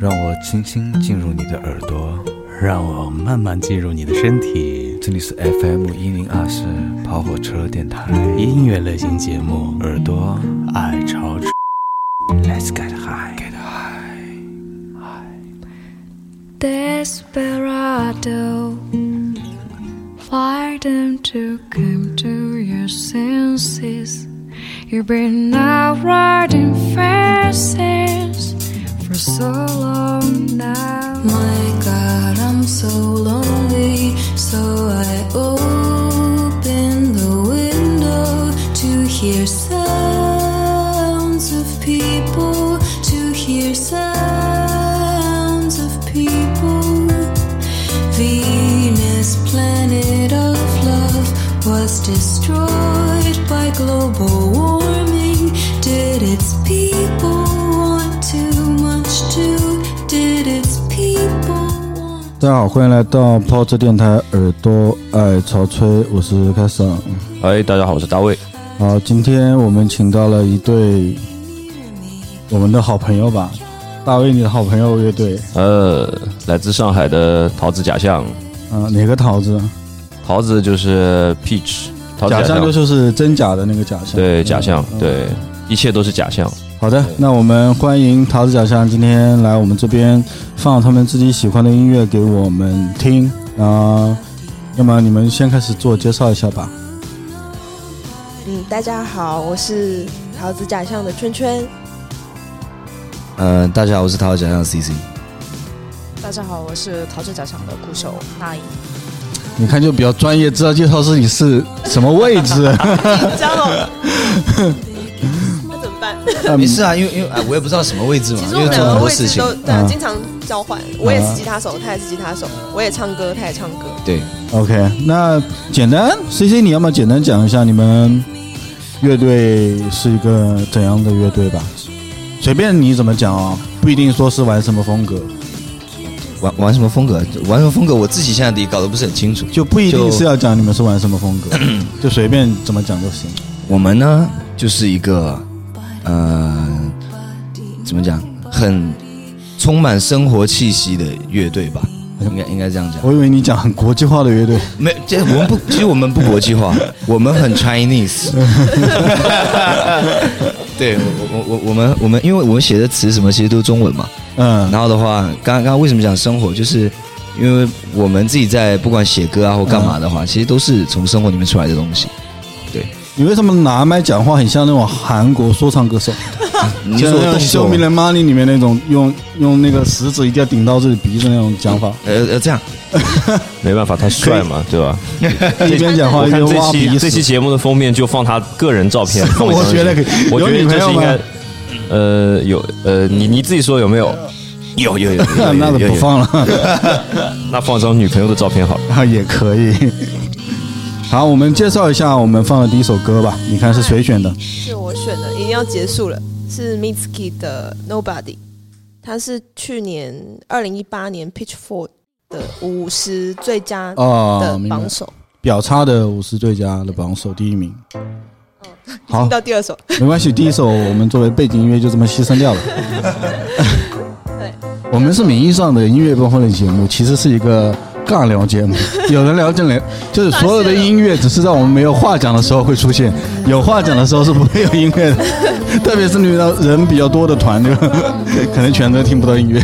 让我轻轻进入你的耳朵， 让我慢慢进入你的身体。 这里是 FM1024跑火车电台音乐类型节目， 耳朵爱超车。 Let's get high, get high, high. Desperado, fight them to come to your senses. You've been out riding fences for so long now. My God, I'm so lonely, so I open the window to hear sounds of people, to hear sounds of people. Venus, planet of love, was destroyed by global warming. Did its people want too much too? Did its people want... 大家好，欢迎来到跑车电台耳朵爱潮吹，我是开桑。 嗨，大家好，我是大卫。 好，今天我们请到了一对我们的好朋友吧，大卫，你的好朋友乐队。 来自上海的桃子假象。 哪个桃子？ 桃子就是 Peach， 假象就是真假的那个假象。 对，假象，对，一切都是假象。 好的，那我们欢迎桃子假象今天来我们这边放他们自己喜欢的音乐给我们听啊。要么你们先开始自我介绍一下吧。 大家好，我是桃子假象的圈圈。 大家好，我是桃子假象的 CC。 大家好，我是桃子假象的鼓手那英。 你看就比较专业，知道介绍自己是什么位置。 紧张了。那怎么办？ 没事啊，因为我也不知道什么位置嘛， 其实我们两个位置都经常交换。我也是吉他手，他也是吉他手；我也唱歌，他也唱歌。 对 ，OK， 那简单 CC， 你要么简单讲一下你们乐队是一个怎样的乐队吧？随便你怎么讲啊，不一定说是玩什么风格。 玩什么风格？玩什么风格？我自己现在也搞得不是很清楚， 就不一定是要讲你们是玩什么风格，就随便怎么讲都行。 我们呢，就是一个怎么讲，很充满生活气息的乐队吧，应该这样讲。 我以为你讲很国际化的乐队， 没，我们不，其实我们不国际化，我们很 Chinese。对，我们，因为我们写的词什么其实都是中文嘛。然后的话，刚刚为什么讲生活，就是因为我们自己在不管写歌啊或干嘛的话，其实都是从生活里面出来的东西。对， 你为什么拿麦讲话很像那种韩国说唱歌手？ 你说动作 Show Me the Money 里面那种用那个食指一定要顶到自己鼻子那种讲法。 这样没办法，太帅嘛，对吧？ 一边讲话一边挖鼻屎。 这期节目的封面就放他个人照片。 我觉得可以。 我觉得这是应该。有你自己说有没有？有， 那就不放了。 那放张女朋友的照片好了。 也可以。好，我们介绍一下我们放的第一首歌吧。你看是谁选的？ 是我选的，已经要结束了。是 Mitski 的 Nobody， 他是去年2018年 Pitchfork 的50最佳的榜首， 表差的50最佳的榜首第一名。 好，听到第二首没关系，第一首我们作为背景音乐就这么牺牲掉了。 对， 我们是名义上的音乐崩溃类节目，其实是一个尬聊节目。有人聊进来，就是所有的音乐只是在我们没有话讲的时候会出现，有话讲的时候是不会有音乐的。特别是遇到人比较多的团，就可能全都听不到音乐。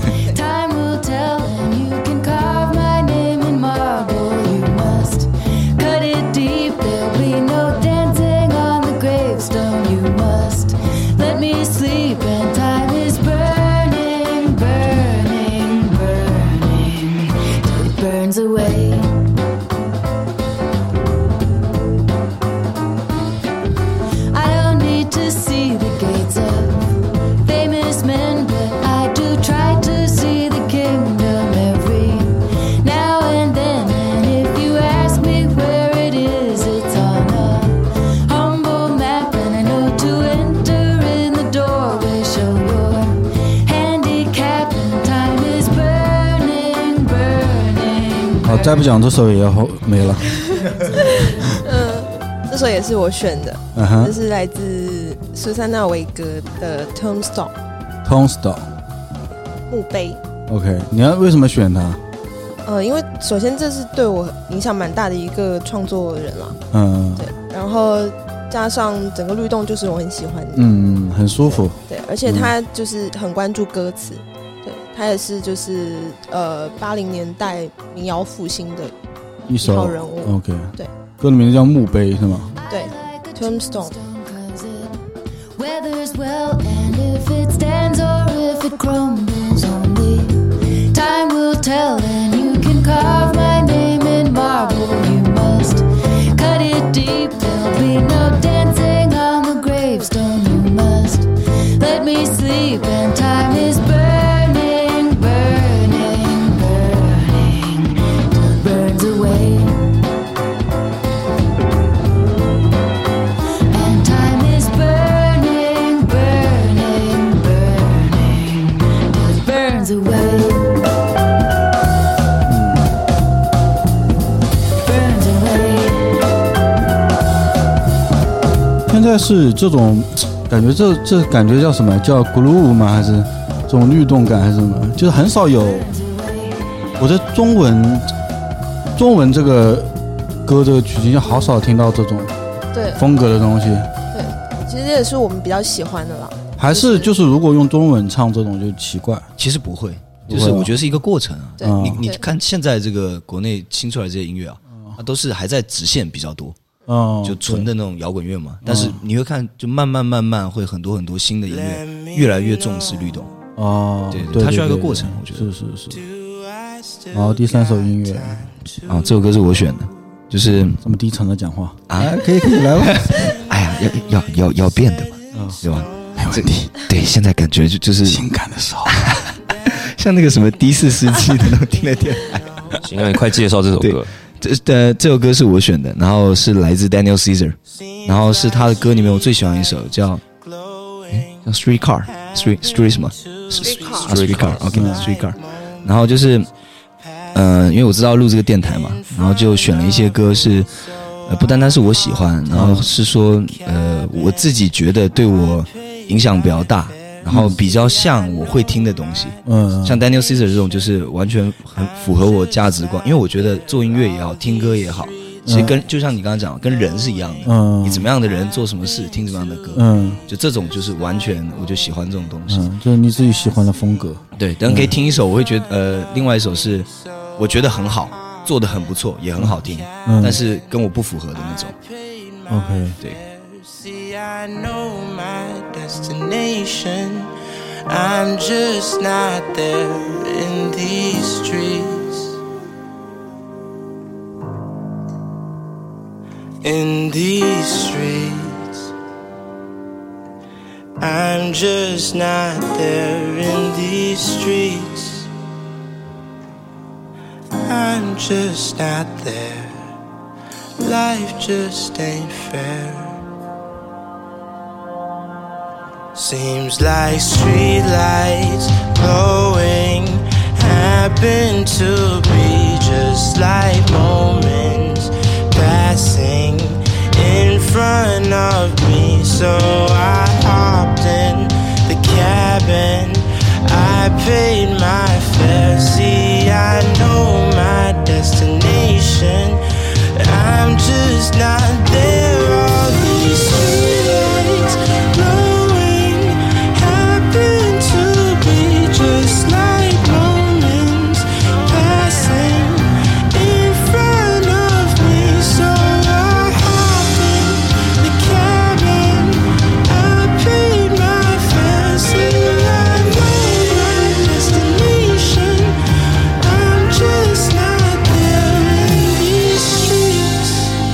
再不讲这首也要没了。 这首也是我选的，这是来自苏珊娜维格的 Tombstone ，Tombstone 墓碑。 OK， 你要为什么选他？ 因为首先这是对我影响蛮大的一个创作人啦。对，然后加上整个律动就是我很喜欢的， 很舒服。 对，而且他就是很关注歌词，对，他也是就是80年代民谣复兴的一号人物。 OK， 对， 歌的名字叫墓碑是吗？ 对 ，Tombstone。 Weather's well, and if it stands or if it crumbles, only time will tell. And you can carve my name in marble. You must cut it deep. There'll be no dancing on the gravestone. You must let me sleep, and time is burning, burning, burning till it burns away. And time is burning, burning, burning till it burns away. Burns away. 现在是这种感觉，这感觉叫什么？叫 groove 吗？还是这种律动感还是什么？就是很少有我在中文这个歌这个曲集好少听到这种风格的东西。 对，其实也是我们比较喜欢的啦。 还是就是如果用中文唱这种就奇怪。 其实不会，就是我觉得是一个过程啊。你看现在这个国内新出来这些音乐啊，它都是还在直线比较多。就纯的那种摇滚乐嘛，但是你会看，就慢慢会很多新的音乐越来越重视律动。对，它需要一个过程，我觉得是。好，第3首音乐啊，这首歌是我选的，就是这么低沉的讲话啊， 可以来吧。 哎呀，要变的嘛，对吧？ 没问题。 对，现在感觉就是性感的时候， 像那个什么的士司机的那种听的电台。 行啊，你快介绍这首歌。 这首歌是我选的，然后是来自 Daniel Caesar， 然后是他的歌里面我最喜欢一首叫 Street Car Street 什么 Street Car OK Street Car， 然后就是因为我知道录这个电台嘛，然后就选了一些歌是不单单是我喜欢，然后是说我自己觉得对我影响比较大，然后比较像我会听的东西，像 Daniel Caesar 这种就是完全很符合我价值观，因为我觉得做音乐也好，听歌也好，其实就像你刚刚讲，跟人是一样的，你怎么样的人做什么事，听什么样的歌，就这种就是完全我就喜欢这种东西， 就是你自己喜欢的风格。对， 但可以听一首，我会觉得另外一首是我觉得很好，做得很不错，也很好听，但是跟我不符合的那种。 OK， 对。 I know my destination. I'm just not there in these streets. In these streets. I'm just not there in these streets. I'm just not there. Life just ain't fair. Seems like street lights glowing happen to be just like moments passing in front of me. So I hopped in the cabin, I paid my fare. See, I know my destination, I'm just not there. All these street lights glowing happen to be just like moments passing in front of me. So I hopped in the cabin, I paid my fare. See, I know my destination, I'm just not there in these streets.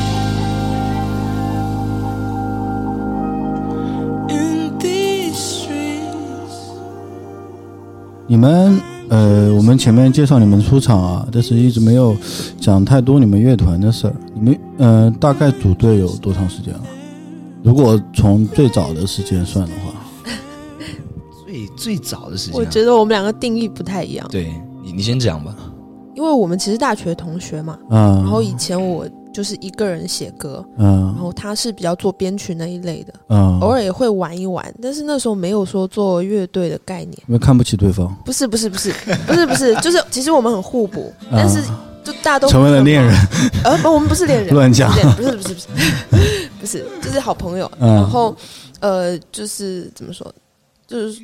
In these streets. 你们我们前面介绍你们出场啊，但是一直没有讲太多你们乐团的事儿。你们大概组队有多长时间了？如果从最早的时间算的话， 最早的时间， 我觉得我们两个定义不太一样。 对，你先讲吧。 因为我们其实大学同学嘛，然后以前我就是一个人写歌，然后他是比较做编曲那一类的，偶尔也会玩一玩，但是那时候没有说做乐队的概念。 因为看不起对方？ 不是，就是其实我们很互补，但是就大家都成为了恋人。 不，我们不是恋人， 乱讲， 不是，就是好朋友。然后就是怎么说，就是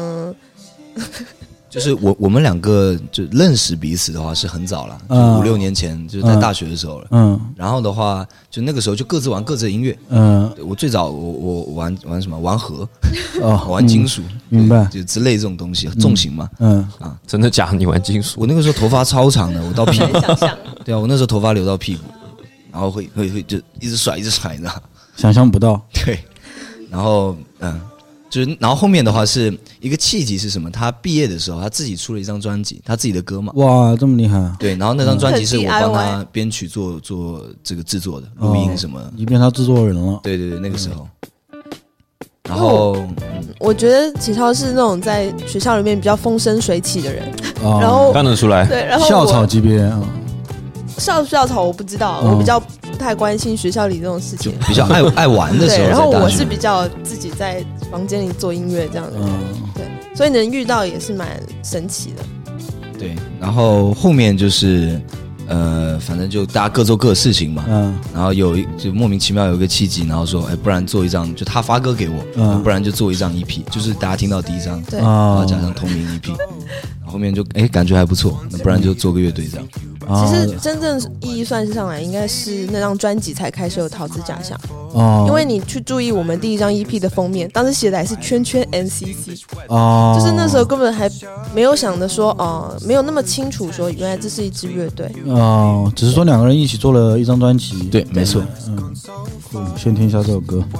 就是我们两个就认识彼此的话是很早了，就5、6年前，就是在大学的时候了。然后的话，就那个时候就各自玩各自的音乐。我最早我玩什么？玩和，玩金属， 明白？ 就之类这种东西，重型嘛。 真的假的？你玩金属？ 我那个时候头发超长的，我到屁股。对啊，我那时候头发留到屁股，然后会就一直甩，你知道？ 想象不到。 对，然后就是然后后面的话是一个契机是什么？他毕业的时候，他自己出了一张专辑，他自己的歌嘛。 哇，这么厉害！ 对，然后那张专辑是我帮他编曲做这个制作的，录音什么， 你变他制作人了。 对，那个时候。然后我觉得启超是那种在学校里面比较风生水起的人，然后看得出来。 对，然后校草级别啊。 校草我不知道，我比较不太关心学校里这种事情， 比较爱玩的时候。 对，然后我是比较自己在房间里做音乐这样的。对，所以能遇到也是蛮神奇的。 对，然后后面就是反正就大家各做各的事情嘛。然后就莫名其妙有一个契机，然后说，不然做一张，就他发歌给我，不然就做一张 EP，就是大家听到第一张， 对， 然后加上同名 EP，然后后面就感觉还不错，那不然就做个乐队这样。 其实真正意义算上来，应该是那张专辑才开始有桃子假象。因为你去注意我们第一张 EP 的封面，当时写的还是圈圈 NCC，就是那时候根本还没有想的说，没有那么清楚说原来这是一支乐队。 只是说两个人一起做了一张专辑。 对，没错。 先听一下这首歌。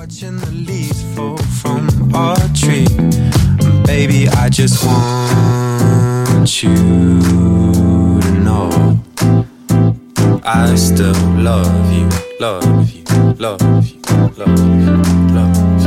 Baby, I just want you to know I still love you, love you, love you, love you, love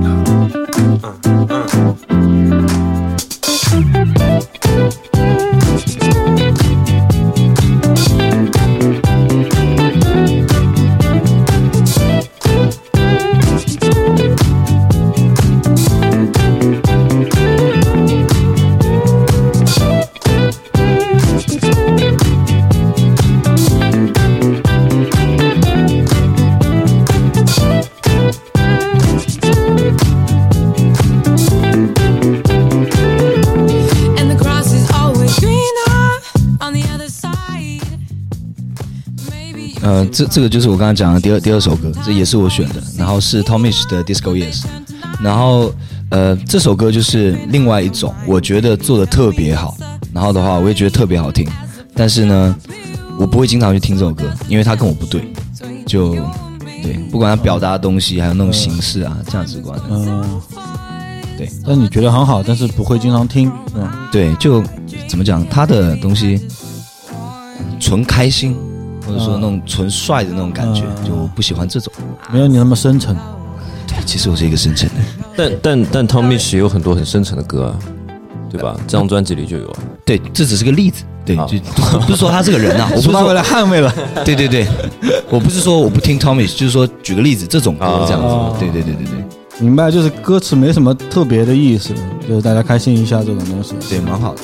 you。这个就是我刚才讲的第二首歌，这也是我选的，然后是 Tomish 的 Disco Yes， 然后这首歌就是另外一种，我觉得做的特别好，然后的话我也觉得特别好听，但是呢，我不会经常去听这首歌，因为它跟我不对，就对，不管它表达的东西，还有那种形式啊、价值观，对。 但你觉得很好，但是不会经常听， 对，就怎么讲，他的东西纯开心。或者说那种纯帅的那种感觉，就我不喜欢这种， 没有你那么深沉。 对，其实我是一个深沉的， 但 Tomish 有很多很深沉的歌啊，对吧？这张专辑里就有啊。 对，这只是个例子，对，就不是说他这个人啊，我不是说为了捍卫了， 对，我不是说我不听 Tomish， 就是说举个例子，这种歌这样子，对， 明白，就是歌词没什么特别的意思，就是大家开心一下这种东西， 对，蛮好的。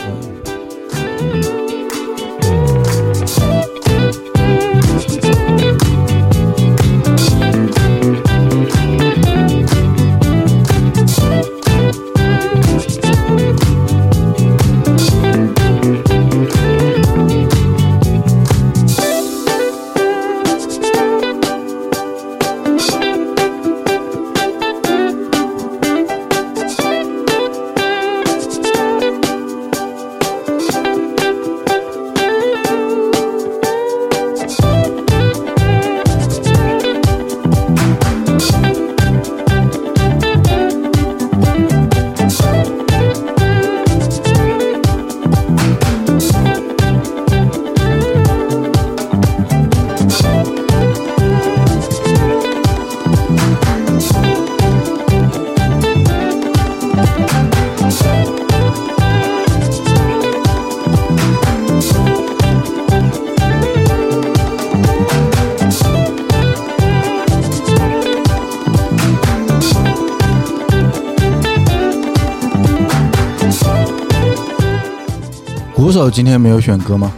鼓手今天没有选歌吗？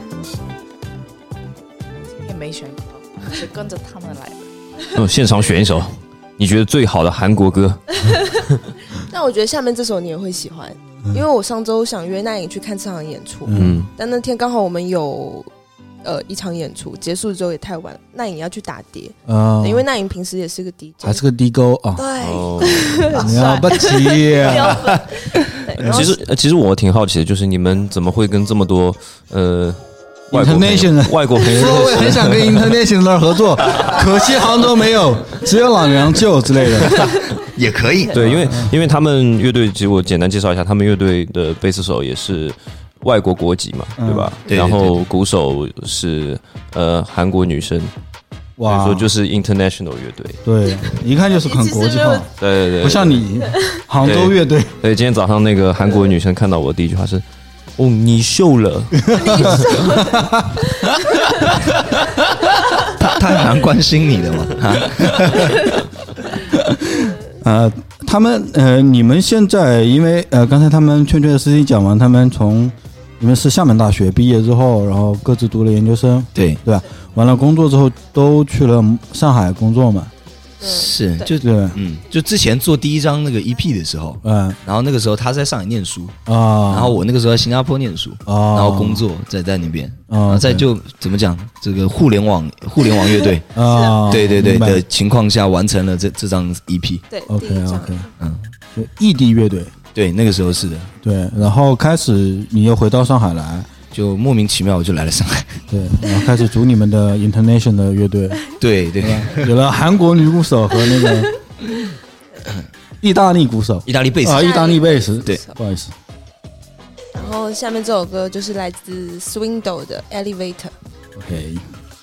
今天没选歌，是跟着他们来的。 现场选一首你觉得最好的韩国歌。 那我觉得下面这首你也会喜欢，因为我上周想约那颖去看这场演出，但那天刚好我们有一场演出结束之后也太晚了，那颖要去打碟，因为那颖平时也是个 DJ， 还是个 DJ 啊， 对， 了不起啊！ 其实我挺好奇的，就是你们怎么会跟这么多外国朋友， 我也很想跟 International 合作，可惜杭州没有，只有老娘舅之类的。 也可以。 对，因为他们乐队，其实我简单介绍一下，他们乐队的贝斯手也是外国国籍嘛，对吧？ 对， 然后鼓手是韩国女生，所以说就是 international 乐队。 对，一看就是很国际化。 对， 不像你杭州乐队。 对，今天早上那个韩国女生看到我第一句话是：“哦，你瘦了。” 他还蛮关心你的嘛。 他们你们现在因为刚才他们圈的事情讲完，他们你们是厦门大学毕业之后，然后各自读了研究生， 对吧？完了工作之后都去了上海工作嘛。 是， 就之前做第一张那个 EP 的时候，然后那个时候他在上海念书然后我那个时候在新加坡念书然后工作在那边然后再就怎么讲，这个互联网乐队对的情况下完成了这张 EP。 对 ，OK， 就异地乐队， 对，那个时候是的， 对，然后开始你又回到上海来。 就莫名其妙我就来了上海， 对，然后开始组你们的 International 的乐队， 对， 有了韩国女鼓手和那个意大利鼓手， 意大利贝斯意大利贝斯，对，不好意思。 然后下面这首歌就是来自 Swindle 的 Elevator。OK。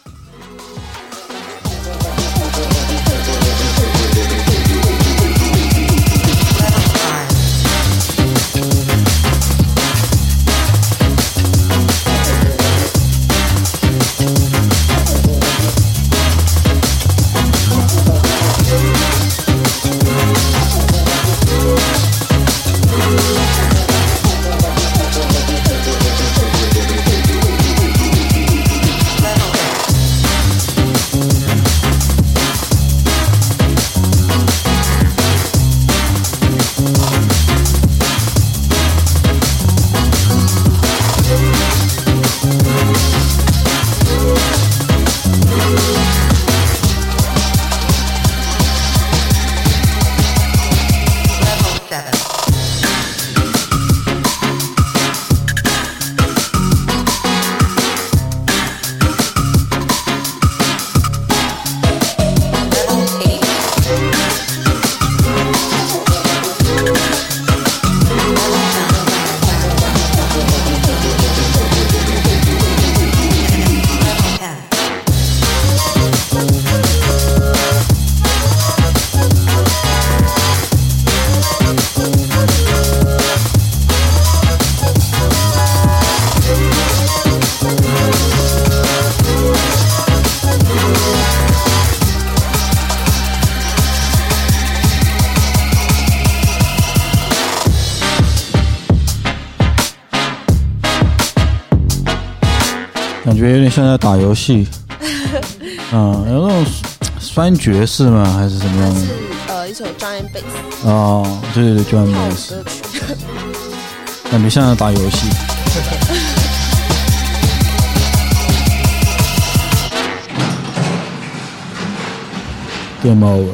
感觉有点像在打游戏，有那种酸爵士吗？还是什么样的？ 是一首 Drum and Bass。 哦，对，Drum and Bass。感觉像在打游戏。Game over。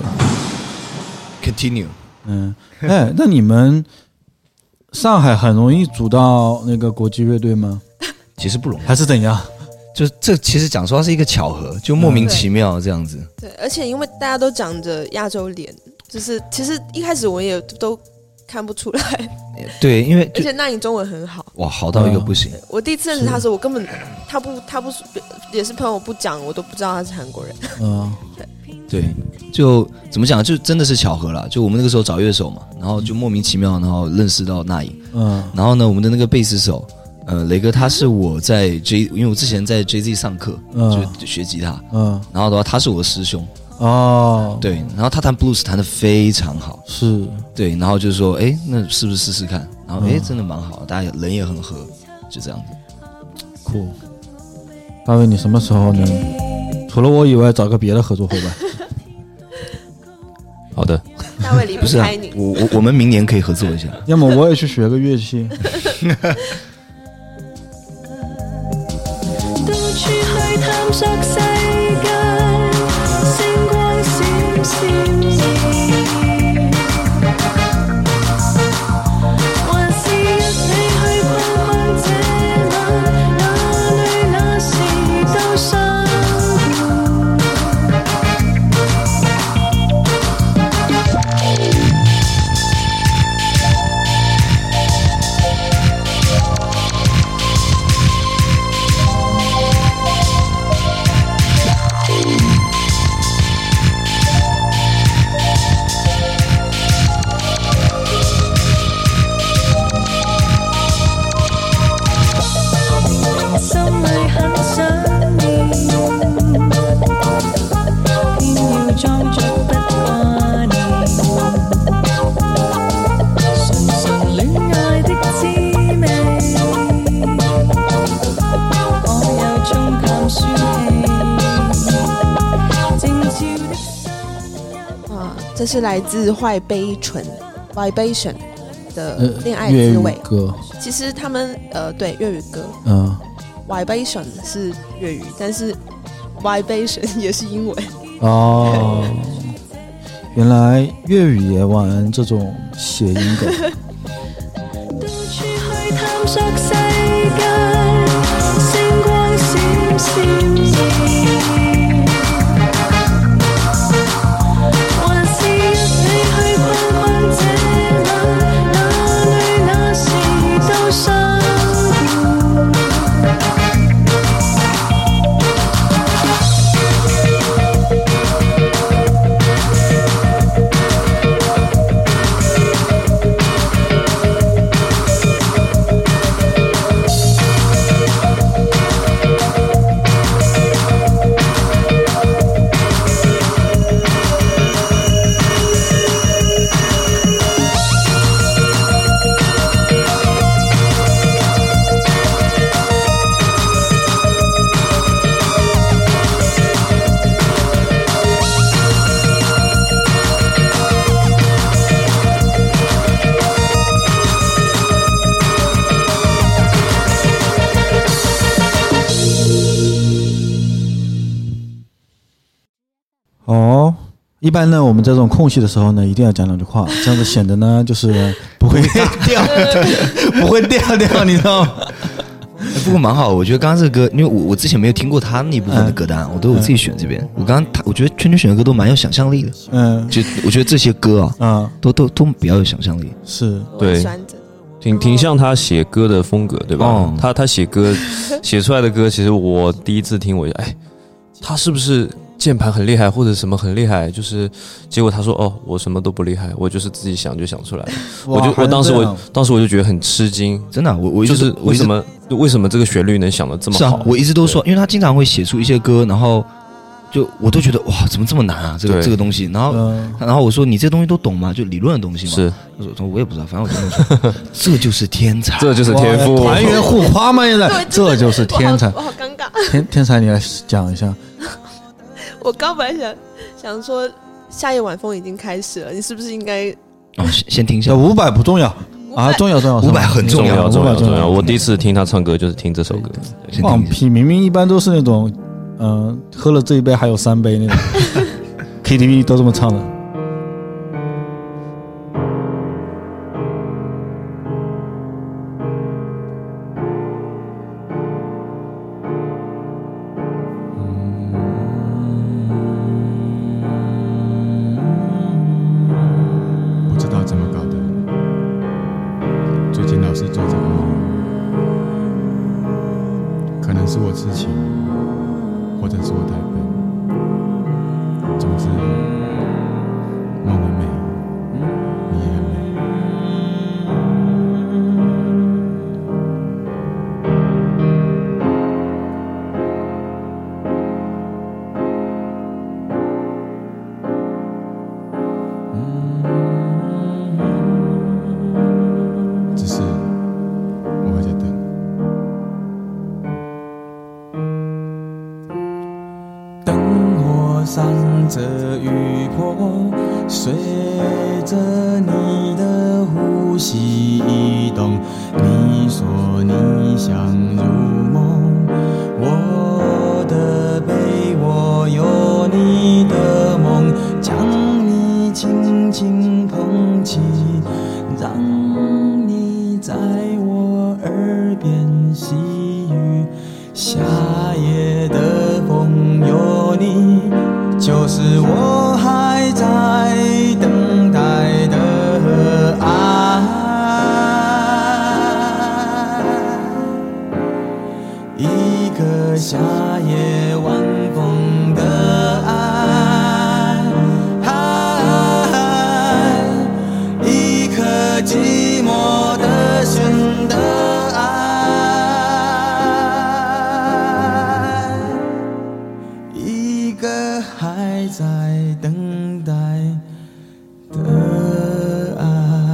Continue。 那你们上海很容易组到那个国际乐队吗？ 其实不容易， 还是怎样？ 就这其实讲说它是一个巧合，就莫名其妙这样子。 对，而且因为大家都长着亚洲脸，就是其实一开始我也都看不出来。 对，因为而且那你中文很好， 哇，好到一个不行。 我第一次认识他的时候，我根本他不也是朋友不讲，我都不知道他是韩国人。 对，就怎么讲，就真的是巧合啦。就我们那个时候找乐手嘛，然后就莫名其妙，然后认识到那英。然后呢，我们的那个贝斯手。雷哥他是我在因为我之前在 JZ 上课，就学吉他，然后的话他是我的师兄对，然后他弹 blues 弹得非常好， 是， 对，然后就是说，那是不是试试看？然后真的蛮好，大家人也很合，就这样子。 处。大卫，你什么时候能除了我以外找个别的合作伙伴？ 好的， 大卫离不开你。 我们明年可以合作一下。 要么我也去学个乐器。 这是来自坏悲纯 Vibration 的恋爱滋味歌。 其实他们对粤语歌，Vibration 是粤语，但是 Vibration 也是英文。 哦，原来粤语也玩这种谐音梗。一般呢，我们在这种空隙的时候呢，一定要讲两句话，这样子显得呢就是不会掉，不会掉，你知道吗？ 不过蛮好，我觉得刚刚这个歌，因为我之前没有听过他那一部分的歌单，我都有自己选这边。我觉得圈圈选的歌都蛮有想象力的，就我觉得这些歌都比较有想象力， 是对，挺像他写歌的风格，对吧？他写歌写出来的歌，其实我第一次听，我就他是不是键盘很厉害，或者什么很厉害？就是结果他说我什么都不厉害，我就是自己想就想出来了。我当时我就觉得很吃惊， 真的，我就是为什么这个旋律能想得这么好？ 我一直都说，因为他经常会写出一些歌，然后就我都觉得哇，怎么这么难啊？这个东西，然后我说你这东西都懂吗？就理论的东西嘛。 是， 他说我也不知道，反正我就那么说，这就是天才， 这就是天赋， 团员互夸嘛，现在这就是天才， 我好尴尬。 天才，你来讲一下。 我刚本来想说，夏夜晚风已经开始了，你是不是应该先听一下 ？500不重要啊，重要 ，500很重要。 我第一次听他唱歌就是听这首歌。 放屁！明明一般都是那种，喝了这一杯还有3杯那种，KTV 都这么唱的。 着雨波，随着你的呼吸移动。你说你想入梦，我的被窝有你的梦，将你轻轻捧起，让你在我耳边细语。夏夜的风有你，就是我还在等待的爱。一个夏夜晚风的爱，一颗寂寞的心的爱，一个还在等待的爱。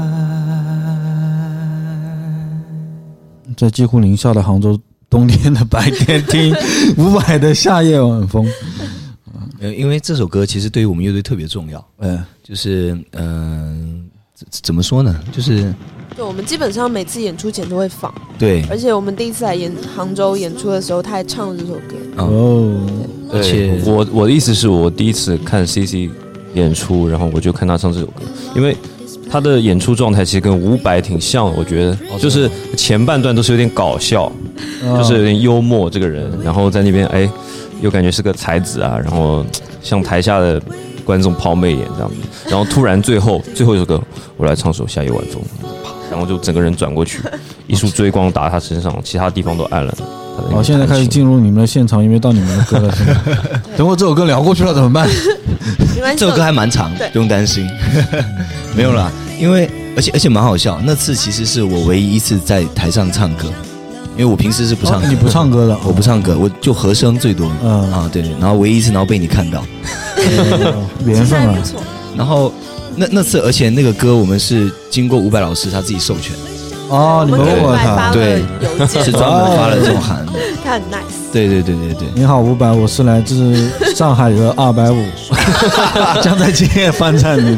在几乎零下的杭州冬天的白天听伍佰的夏夜晚风。 因为这首歌其实对于我们乐队特别重要，就是怎么说呢，就是对，我们基本上每次演出前都会放， 对， 而且我们第一次来杭州演出的时候，他还唱了这首歌。 而且我的意思是我第一次看 CC 演出，然后我就看他唱这首歌，因为他的演出状态其实跟伍佰挺像的，我觉得就是前半段都是有点搞笑，就是有点幽默这个人，然后在那边又感觉是个才子啊，然后向台下的观众抛媚眼这样子，然后突然最后一首歌我来唱首夏夜晚风，然后就整个人转过去，一束追光打他身上，其他地方都暗了。 好，现在开始进入你们的现场，因为到你们的歌了。等会这首歌聊过去了怎么办？ 这首歌还蛮长，不用担心。没有啦，因为而且蛮好笑。那次其实是我唯一一次在台上唱歌，因为我平时是不唱歌。 你不唱歌的？ 我不唱歌，我就和声最多。对，然后唯一一次，然后被你看到， 缘分啊。 然后那次，而且那个歌我们是经过伍佰老师他自己授权。 你们问过他？ 对，是专门发了这种函的。 他很 nice。 对。 你好，伍佰，我是来自上海的250，将在今夜翻唱你。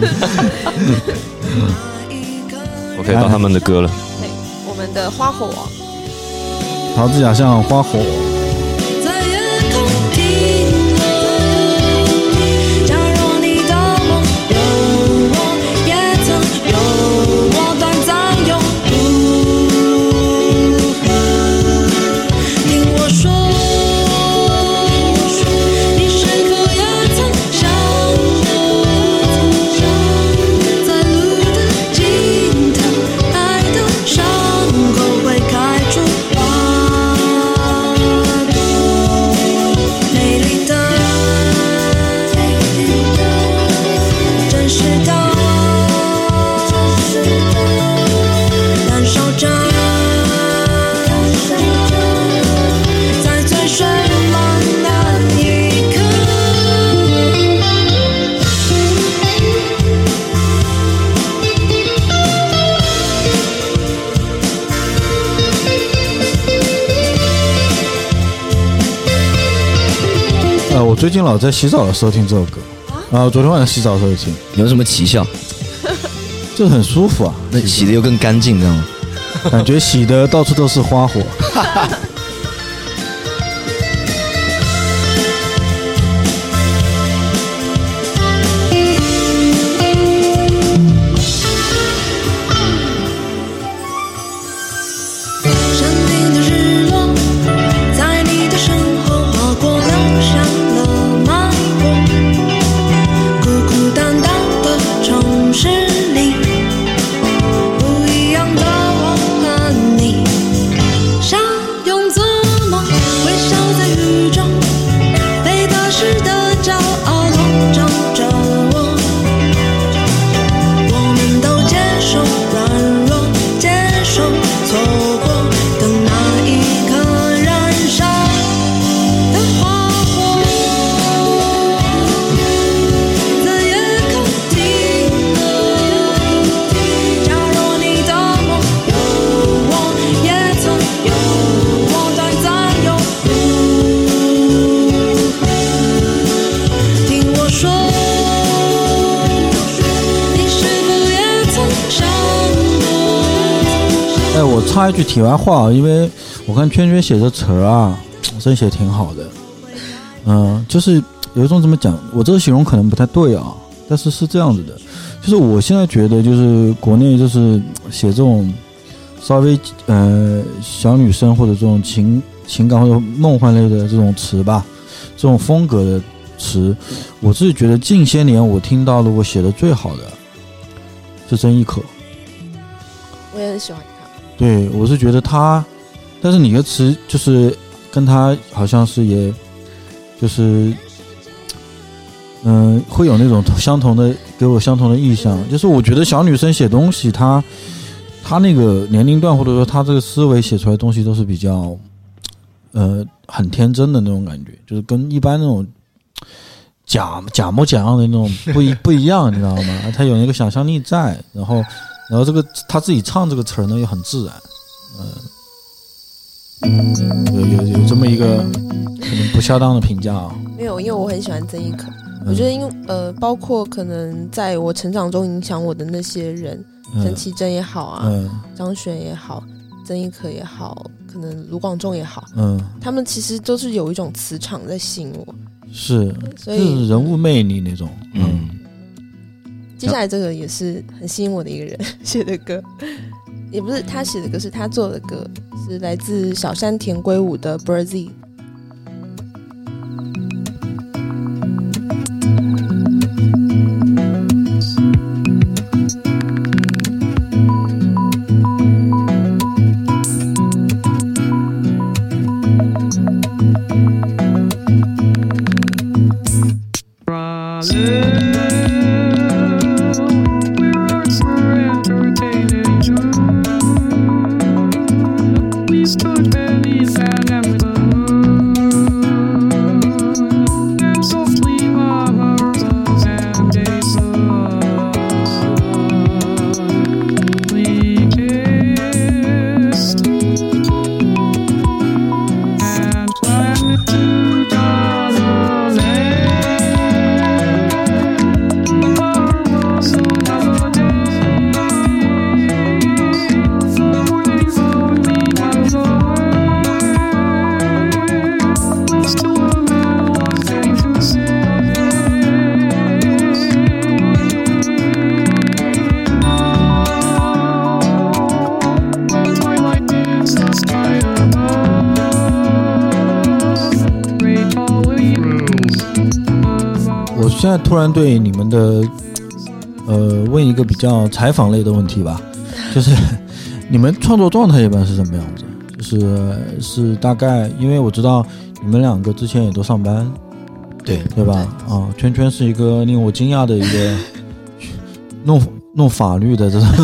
我可以到他们的歌了。 对，我们的花火王， 桃子假象花火。我最近老在洗澡的时候听这首歌啊，昨天晚上洗澡的时候听。 有什么奇效？ 就很舒服啊， 那洗的又更干净，这样吗？ 感觉洗的到处都是花火。 相拥我插一句题外话，因为我看圈圈写的词啊，真写挺好的。就是有一种怎么讲，我这个形容可能不太对啊，但是是这样子的，就是我现在觉得就是国内就是写这种稍微小女生或者这种情感或者梦幻类的这种词吧，这种风格的词，我自己觉得近些年我听到的我写的最好的是曾轶可。 我也很喜欢他。 对，我是觉得他，但是你的词就是跟他好像是也就是会有那种相同的，给我相同的意象，就是我觉得小女生写东西她那个年龄段或者说她这个思维写出来的东西都是比较很天真的那种感觉，就是跟一般那种假模假样的那种不一样，你知道吗？她有那个想象力在，然后这个她自己唱这个词呢也很自然，有这么一个可能不恰当的评价啊。 没有，因为我很喜欢曾轶可，我觉得包括可能在我成长中影响我的那些人，陈绮贞也好啊，张悬也好，曾轶可也好，可能卢广仲也好，他们其实都是有一种磁场在吸引我， 是， 所以人物魅力那种， 接下来这个也是很吸引我的一个人写的歌，也不是他写的歌，是他做的歌，是来自小山田圭吾的 Brazil。 现在突然对你们的问一个比较采访类的问题吧，就是你们创作状态一般是什么样子？就是大概，因为我知道你们两个之前也都上班，对吧？圈圈是一个令我惊讶的一个弄法律的这种。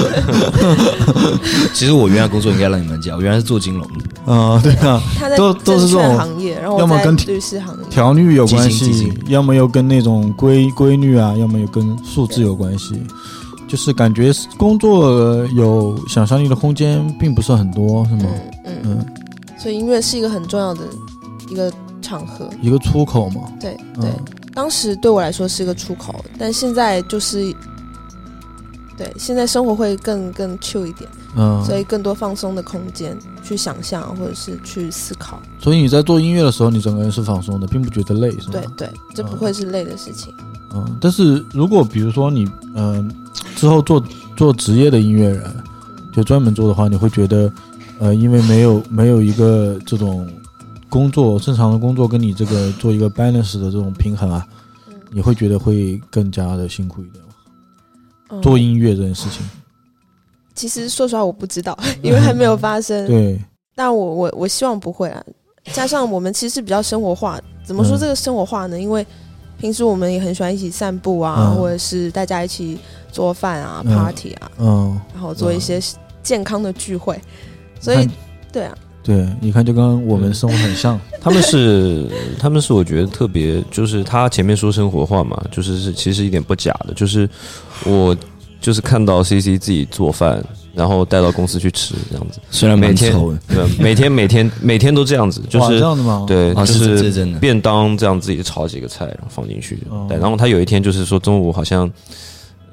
其实我原来工作应该让你们讲，我原来是做金融的。 对啊， 他在都是这种行业，然后要么跟律师行业、 调律有关系，要么又跟那种规律啊，要么又跟数字有关系。就是感觉工作有想象力的空间并不是很多，是吗？ 所以音乐是一个很重要的一个场合， 一个出口嘛。 对，当时对我来说是一个出口，但现在就是对，现在生活会更 chill 一点，所以更多放松的空间去想象或者是去思考。所以你在做音乐的时候，你整个人是放松的，并不觉得累，是吗？ 对，这不会是累的事情。 但是如果比如说你之后做职业的音乐人，就专门做的话，你会觉得因为没有一个这种工作正常的工作跟你这个做一个 balance 的这种平衡啊，你会觉得会更加的辛苦一点吗？做音乐这件事情， 其实说实话我不知道，因为还没有发生。 对， 但我希望不会啊。加上我们其实比较生活化，怎么说这个生活化呢？因为平时我们也很喜欢一起散步啊，或者是大家一起做饭啊、party 啊，然后做一些健康的聚会，所以对啊。 对，你看就跟我们生活很像。 他们是我觉得特别，就是他前面说生活化嘛，就是其实一点不假的，就是我就是看到 CC 自己做饭，然后带到公司去吃这样子， 虽然蛮臭的， 每天都这样子，就是这样的吗？ 对，就是便当这样自己炒几个菜，然后放进去带。然后他有一天就是说中午好像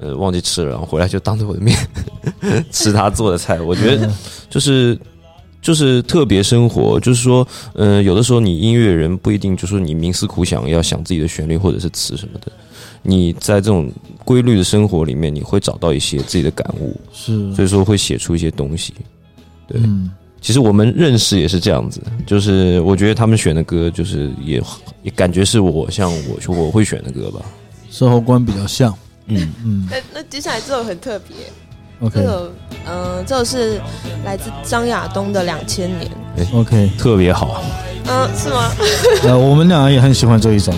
忘记吃了，然后回来就当着我的面吃他做的菜。我觉得就是特别生活，就是说，有的时候你音乐人不一定就是说你冥思苦想要想自己的旋律或者是词什么的，你在这种规律的生活里面，你会找到一些自己的感悟， 是， 所以说会写出一些东西。对，其实我们认识也是这样子，就是我觉得他们选的歌，就是也感觉是我会选的歌吧， 生活观比较像。 那接下来这首很特别。 OK， 这首是来自张亚东的《2000年》。 OK， 特别好。 是吗？ 我们俩也很喜欢这一张。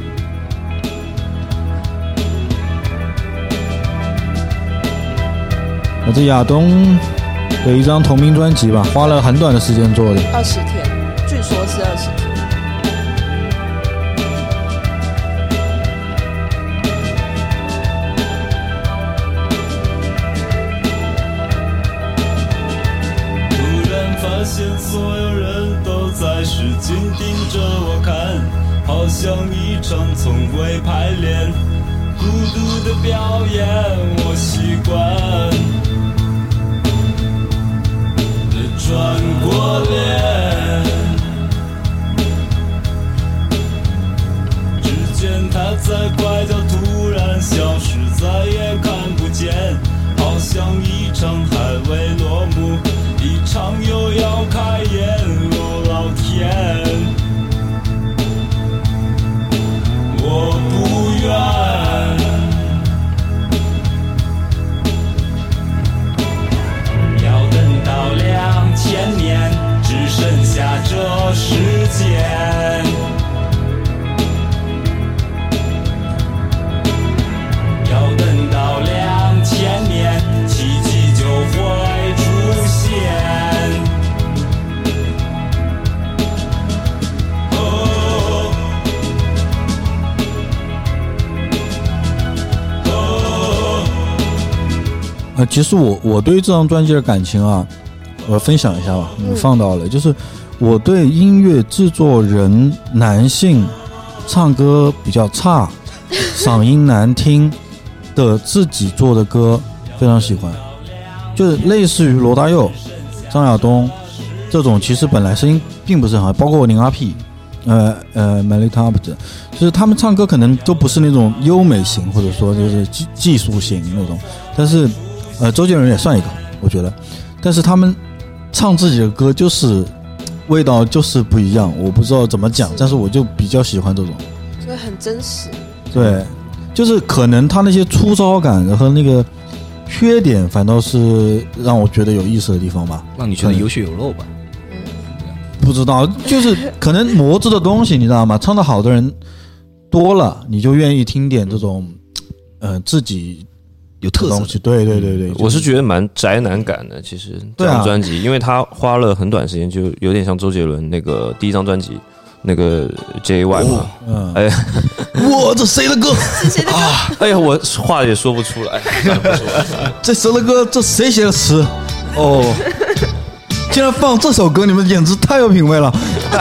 这亚东有一张同名专辑吧，花了很短的时间做的 ，20天，据说是20天。 发现所有人都在使劲盯着我看，好像一场从未排练孤独的表演，我习惯转过脸，只见他在拐角突然消失，再也看不见，好像一场还未落幕，一场又要开演，哦老天，我不愿要等到2000年，只剩下这时间，要等到2000年，奇迹就会出现。 其实我对这张专辑的感情啊，我分享一下吧。你放到了，就是我对音乐制作人男性唱歌比较差、嗓音难听的自己做的歌非常喜欢，就是类似于罗大佑、张亚东这种，其实本来声音并不是很好，包括宁阿 P、Melly Top， 就是他们唱歌可能都不是那种优美型，或者说就是技术型那种，但是周杰伦也算一个，我觉得，但是他们唱自己的歌就是味道就是不一样，我不知道怎么讲，但是我就比较喜欢这种， 所以很真实。 对，就是可能他那些粗糙感和那个缺点，反倒是让我觉得有意思的地方吧， 让你觉得有血有肉吧。 不知道，就是可能磨子的东西，你知道吗？唱得好的人多了，你就愿意听点这种，自己有特色的东西。对对对对， 我是觉得蛮宅男感的，其实这张专辑，因为他花了很短时间，就有点像周杰伦那个第一张专辑那个 JY 嘛。哎， 哇，这谁的歌？ 是谁的歌？ 哎呀，我话也说不出来。 这谁的歌？这谁写的词？哦。竟然放这首歌，你们简直太有品味了！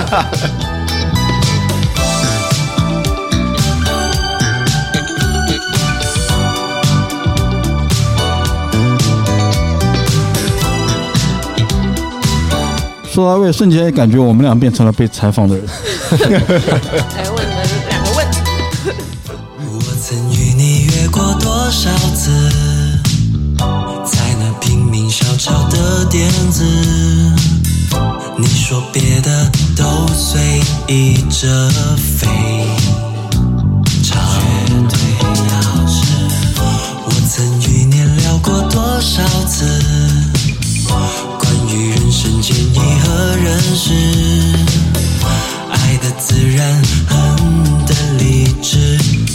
说到位，瞬间感觉我们俩变成了被采访的人。 来问你们2个问题。 我曾与你约过多少次？在那拼命小吵的点子，你说别的都随意着飞，绝对要是我曾与你聊过多少次关于人生建议和认识，爱的自然，恨的理智，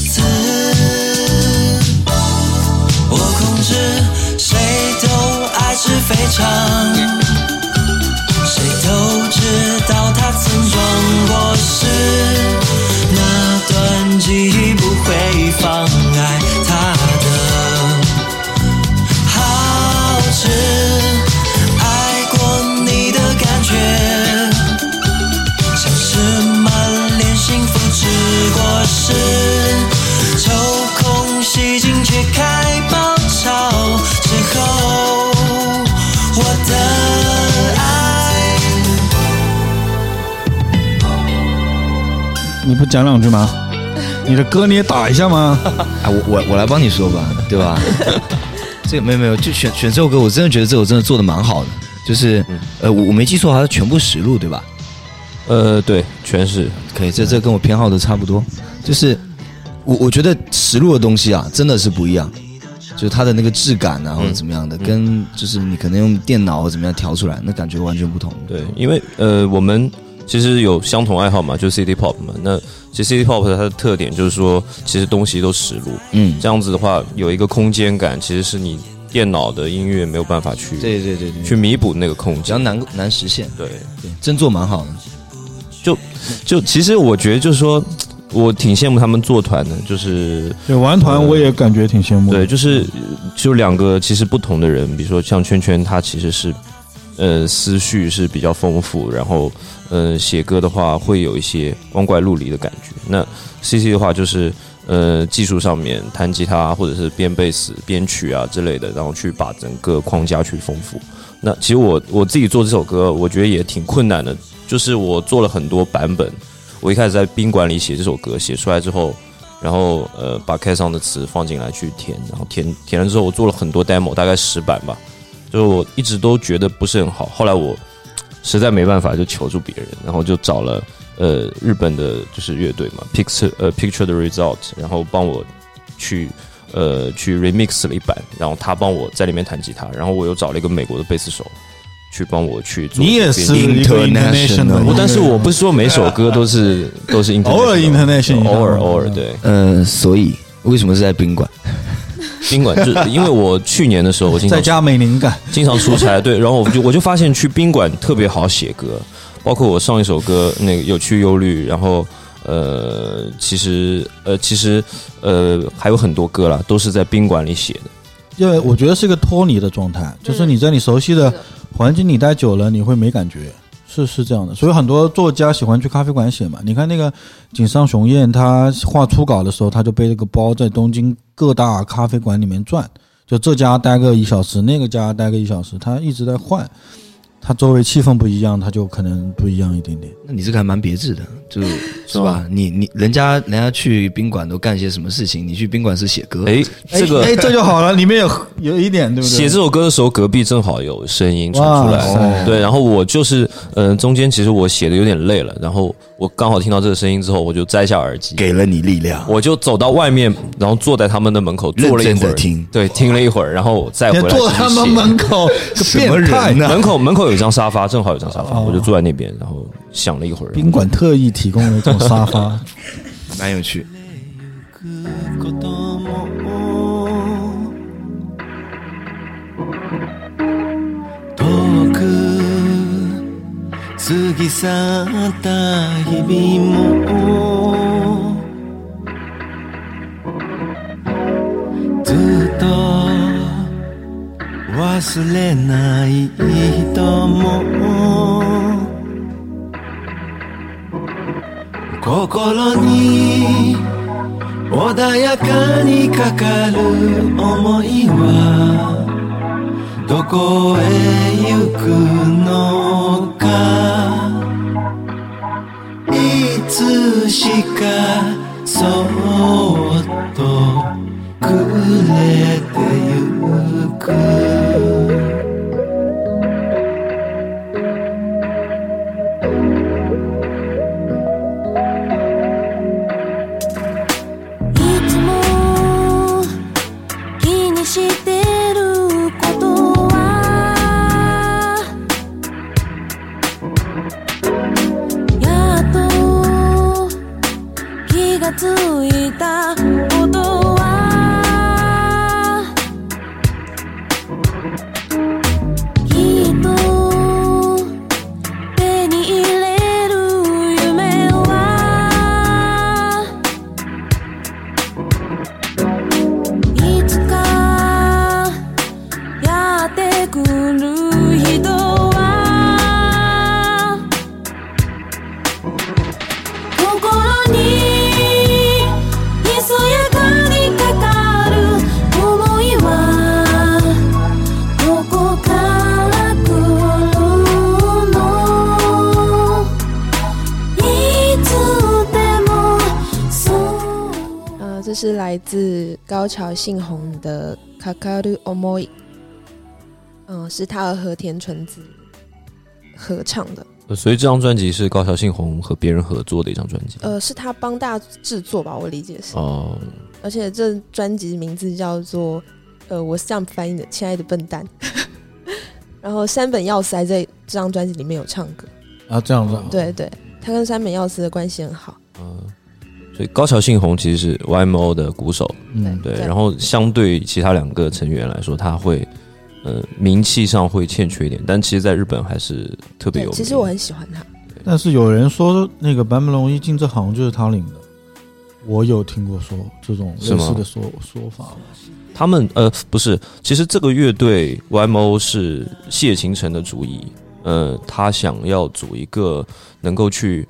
我控制谁都爱是非常，谁都知道他曾装过事，那段记忆不会妨碍他的好吃，爱过你的感觉像是满脸幸福吃过时，抽空洗净却开爆你不讲两句吗？你的歌你也打一下吗？ 啊，我来帮你说吧，对吧？这个没有，就选这首歌，我真的觉得这首真的做的蛮好的，就是我没记错，好像全部实录对吧？ 对，全是可以，这跟我偏好的差不多。就是我觉得实录的东西啊，真的是不一样，就是它的那个质感啊，或者怎么样的，跟就是你可能用电脑或怎么样调出来，那感觉完全不同。 对，因为我们其实有相同爱好嘛，就是 City Pop 嘛。那其实 City Pop 它的特点就是说，其实东西都实录，这样子的话有一个空间感，其实是你电脑的音乐没有办法去对去弥补那个空间， 比较难实现。 对， 真做蛮好的。 就其实我觉得就是说，我挺羡慕他们做团的，就是对玩团我也感觉挺羡慕的。 对，就两个其实不同的人，比如说像圈圈，他其实是思绪是比较丰富，然后写歌的话会有一些光怪陆离的感觉。那 CC 的话就是技术上面弹吉他或者是编贝斯、编曲啊之类的，然后去把整个框架去丰富。那其实我自己做这首歌，我觉得也挺困难的。就是我做了很多版本，我一开始在宾馆里写这首歌，写出来之后，然后把开上的词放进来去填，然后填了之后，我做了很多 demo， 大概10版吧，就是我一直都觉得不是很好，后来我实在没办法就求助别人，然后就找了日本的就是乐队嘛 Picture the Result， 然后帮我去 remix 了一版，然后他帮我在里面弹吉他，然后我又找了一个美国的贝斯手去帮我去做。 你也是一个 international， 但是我不是说每首歌都是 international， 偶尔 international， 偶尔对。 所以为什么是在宾馆？ 宾馆就因为我去年的时候，我经常在家没灵感， 经常出差，对，然后我就发现去宾馆特别好写歌，包括我上一首歌那个有趣忧虑，然后其实还有很多歌啦，都是在宾馆里写的。 因为我觉得是一个脱离的状态，就是你在你熟悉的环境里待久了，你会没感觉，是这样的。所以很多作家喜欢去咖啡馆写嘛。你看那个井上雄彦，他画初稿的时候，他就背了个包在东京各大咖啡馆里面转，就这家待个1小时，那个家待个1小时，他一直在换。他周围气氛不一样，他就可能不一样一点点。 那你这个还蛮别致的，是吧？你人家去宾馆都干些什么事情？你去宾馆是写歌， 这就好了。里面有一点，对不对？ 写这首歌的时候，隔壁正好有声音传出来，对。然后我就是中间其实我写的有点累了，然后我刚好听到这个声音之后，我就摘下耳机， 给了你力量。 我就走到外面，然后坐在他们的门口坐了一会儿，听了一会儿，然后我再回来。 坐他们门口， 什么人呢？ 门口有一张沙发，正好有张沙发，我就坐在那边，然后想了一会儿。 宾馆特意提供了这种沙发， 蛮有趣。 過ぎ去った日々もずっと忘れない人も心に穏やかにかかる想いはどこへ行くのかいつしかそっとくれてゆくいつも気にしてることはやっと気がついたことはきっと手に入れる夢はいつかやってくる人は心にひそやかにかかる想いはどこから来るのいつでも是来自高桥幸宏的 Kakaru Omoi， 是他和田纯子合唱的。 所以这张专辑是高桥幸宏和别人合作的一张专辑。 是他帮大制作吧，我理解是。哦。而且这专辑名字叫做我是这样翻译的，亲爱的笨蛋。然后山本耀司在这张专辑里面有唱歌。 啊，这样子。 对对，他跟山本耀司的关系很好。 所以高桥幸宏其实是 YMO 的鼓手，对。然后相对其他2个成员来说，他会名气上会欠缺一点，但其实在日本还是特别有名。 其实我很喜欢他。 但是有人说那个坂本龙一进这行就是他领的，我有听过说这种类似的说法。 他们不是，其实这个乐队 YMO 是谢晴臣的主意，他想要组一个能够去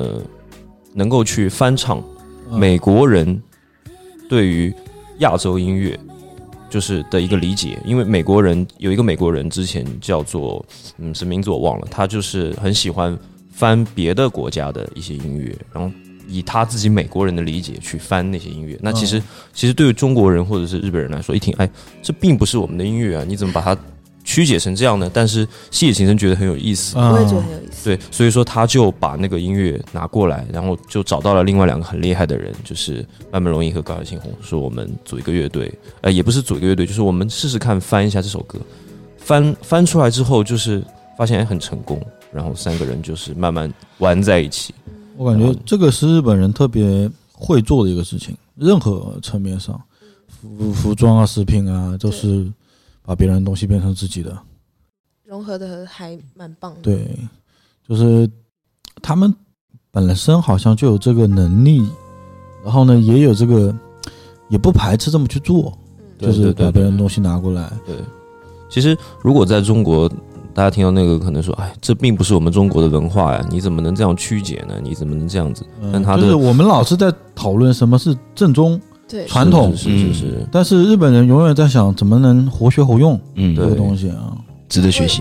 翻唱美国人对于亚洲音乐就是的一个理解，因为有一个美国人之前叫做什么名字我忘了，他就是很喜欢翻别的国家的一些音乐，然后以他自己美国人的理解去翻那些音乐。那其实对于中国人或者是日本人来说，一听这并不是我们的音乐啊，你怎么把它曲解成这样呢？但是细野晴臣觉得很有意思， 我也觉得很有意思。 对，所以说他就把那个音乐拿过来，然后就找到了另外2个很厉害的人，就是坂本龙一和高桥幸宏，说我们组一个乐队，也不是组一个乐队，就是我们试试看翻一下这首歌。翻出来之后，就是发现很成功，然后3个人就是慢慢玩在一起。 我感觉这个是日本人特别会做的一个事情，任何层面上，服装啊、食品啊，都是把别人的东西变成自己的， 融合的还蛮棒的。 对，就是他们本身好像就有这个能力，然后呢，也有这个，也不排斥这么去做，就是把别人的东西拿过来。 对，其实如果在中国，大家听到那个可能说，这并不是我们中国的文化呀，你怎么能这样曲解呢？你怎么能这样子？但就是我们老是在讨论什么是正宗、传统， 是。 但是日本人永远在想怎么能活学活用，这个东西啊， 值得学习。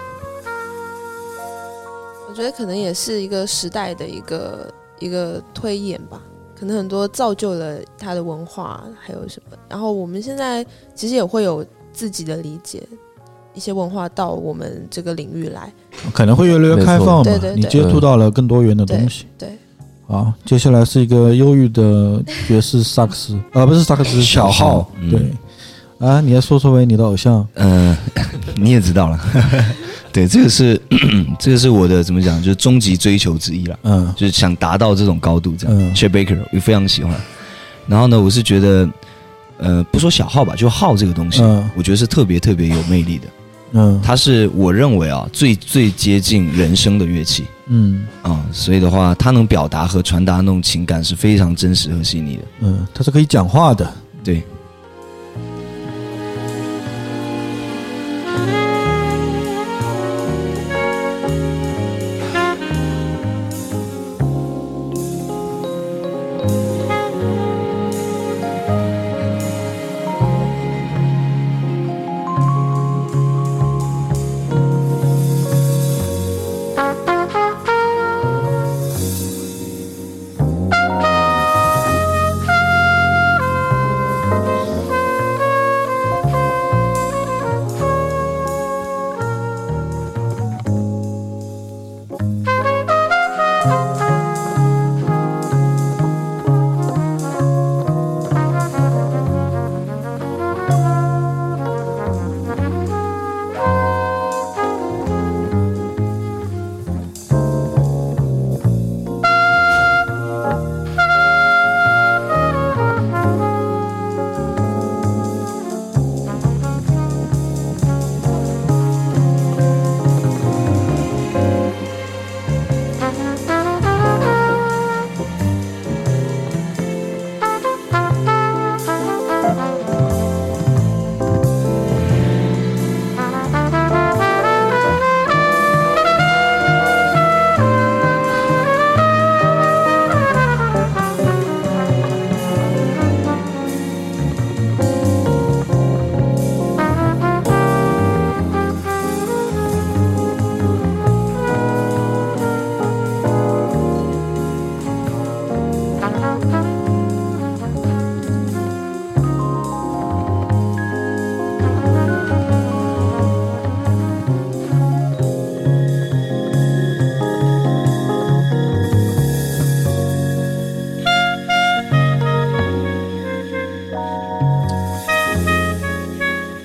我觉得可能也是一个时代的一个推演吧，可能很多造就了他的文化，还有什么。然后我们现在其实也会有自己的理解。一些文化到我们这个领域来， 可能会越来越开放嘛。你接触到了更多元的东西。 对。 好，接下来是一个忧郁的爵士萨克斯，不是萨克斯，小号。对。你来说为你的偶像。 你也知道了。对，这个是我的怎么讲，就是终极追求之一了。就是想达到这种高度，这样。Chet Baker 我非常喜欢。然后呢，我是觉得，不说小号吧，就号这个东西，我觉得是特别特别有魅力的。它是我认为最接近人声的乐器。所以的话，它能表达和传达那种情感是非常真实和细腻的。 它是可以讲话的。 对。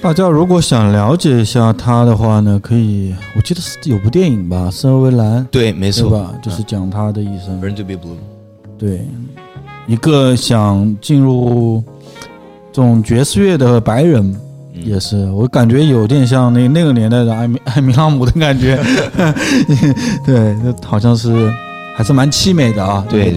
大家如果想了解一下他的话呢，可以，我记得是有部电影吧，《生而为蓝》。 对，没错， 对吧？就是讲他的一生。 Burn to be blue。 对，一个想进入这种爵士乐的白人，也是，我感觉有点像那个年代的艾米拉姆的感觉。对，好像是还是蛮凄美的啊。 对。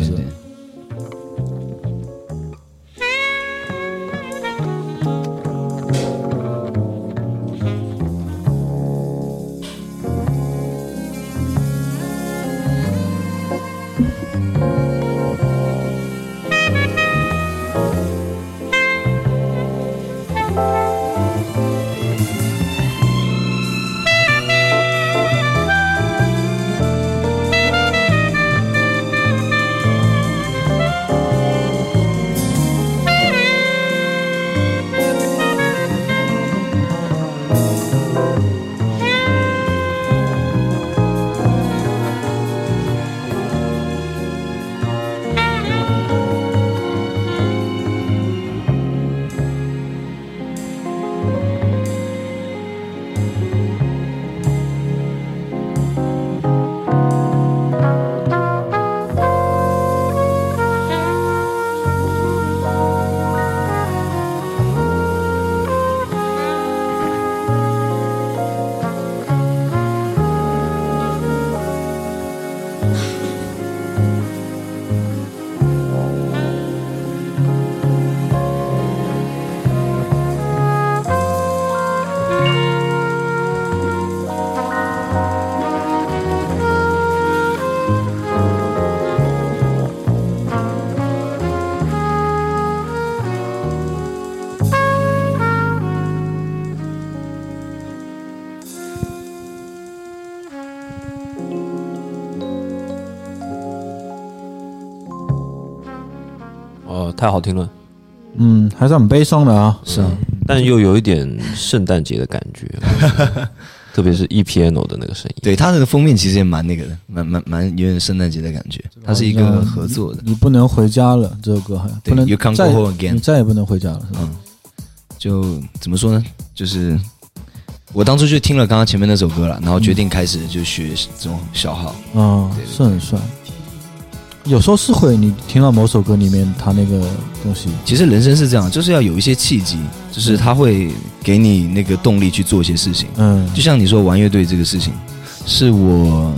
太好听了， 还是很悲伤的啊， 是啊，但又有一点圣诞节的感觉，特别是 piano 的那个声音。 对，它那个封面其实也蛮那个的，蛮有点圣诞节的感觉。它是一个合作的。 你不能回家了，这个歌好像不能 You can't go home again， 你再也不能回家了，是吧？ 就怎么说呢？就是我当初就听了刚刚前面那首歌了，然后决定开始就学这种小号。 是很帅。有时候是会，你听到某首歌里面它那个东西， 其实人生是这样，就是要有一些契机，就是它会给你那个动力去做一些事情。就像你说玩乐队这个事情，是我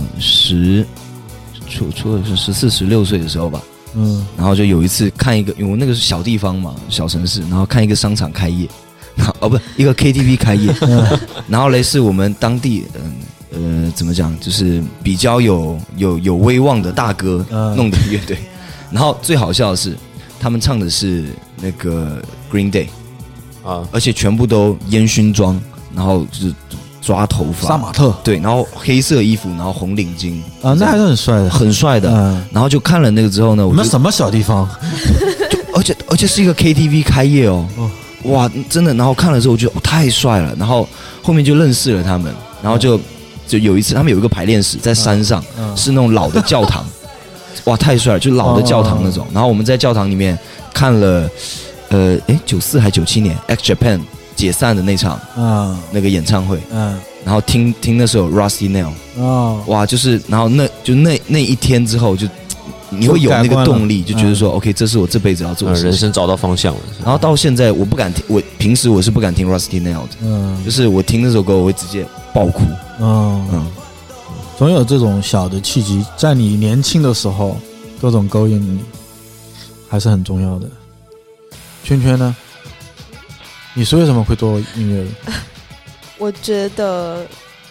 除了是14、16岁的时候吧。然后就有一次看一个，因为我那个是小地方嘛，小城市，然后看一个商场开业，不，一个 KTV 开业，然后嘞是我们当地怎么讲，就是比较有威望的大哥弄的乐队，然后最好笑的是，他们唱的是那个 Green Day 而且全部都烟熏妆，然后就是抓头发， 杀马特， 对，然后黑色衣服，然后红领巾那还是很帅的， 很帅的。然后就看了那个之后呢， 我们什么小地方， 而且是一个 KTV 开业哦，哇，真的。然后看了之后，我觉得太帅了，然后后面就认识了他们，然后就有一次，他们有一个排练室在山上，是那种老的教堂，哇，太帅了，就老的教堂那种。然后我们在教堂里面看了，94还97年 X Japan 解散的那场那个演唱会，然后听那首 Rusty Nail，哇，就是然后那一天之后就你会有那个动力，就觉得说 OK， 这是我这辈子要做的事情， 人生找到方向了。 然后到现在我不敢听，我平时我是不敢听 Rusty Nail 的，就是我听那首歌我会直接爆哭。 总有这种小的契机，在你年轻的时候，各种勾引你，还是很重要的。圈圈呢？你是为什么会做音乐的？ 我觉得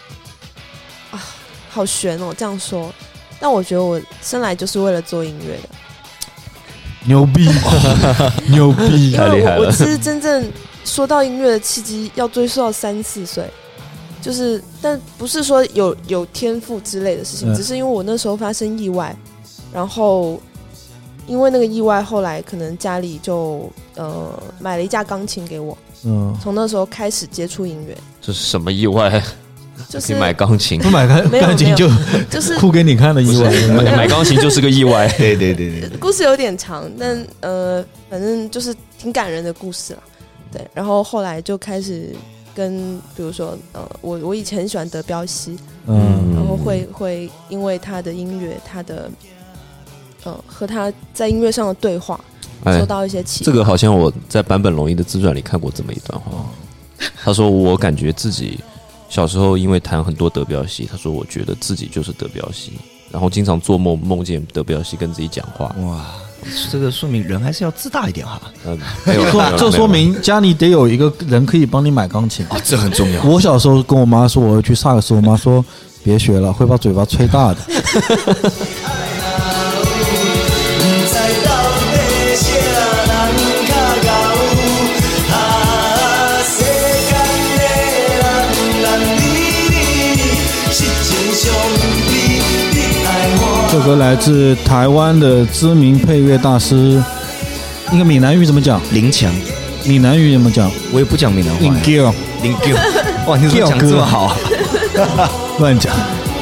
好悬哦，这样说。但我觉得我生来就是为了做音乐的。 牛逼，牛逼， 太厉害了！我其实真正说到音乐的契机，要追溯到3、4岁。就是，但不是说有天赋之类的事情，只是因为我那时候发生意外，然后因为那个意外，后来可能家里就买了一架钢琴给我，从那时候开始接触音乐。 这是什么意外？ 就是买钢琴， 不买钢琴就是哭给你看的意外， 买钢琴就是个意外。 对， 故事有点长，但反正就是挺感人的故事啦。 对，然后后来就开始跟比如说我以前很喜欢德彪西，然后会因为他的音乐，他的和他在音乐上的对话受到一些启发。 这个好像我在坂本龙一的自传里看过这么一段话，他说我感觉自己小时候因为弹很多德彪西，他说我觉得自己就是德彪西，然后经常做梦梦见德彪西跟自己讲话。 哇，这个说明人还是要自大一点哈。 这说明家里得有一个人可以帮你买钢琴这很重要。 我小时候跟我妈说我要去萨克斯，我妈说别学了，会把嘴巴吹大的。这歌来自台湾的知名配乐大师，那个闽南语怎么讲？ 林强。 闽南语怎么讲？ 我也不讲闽南话。 林叫。 哇，你怎么讲这么好？ 乱讲。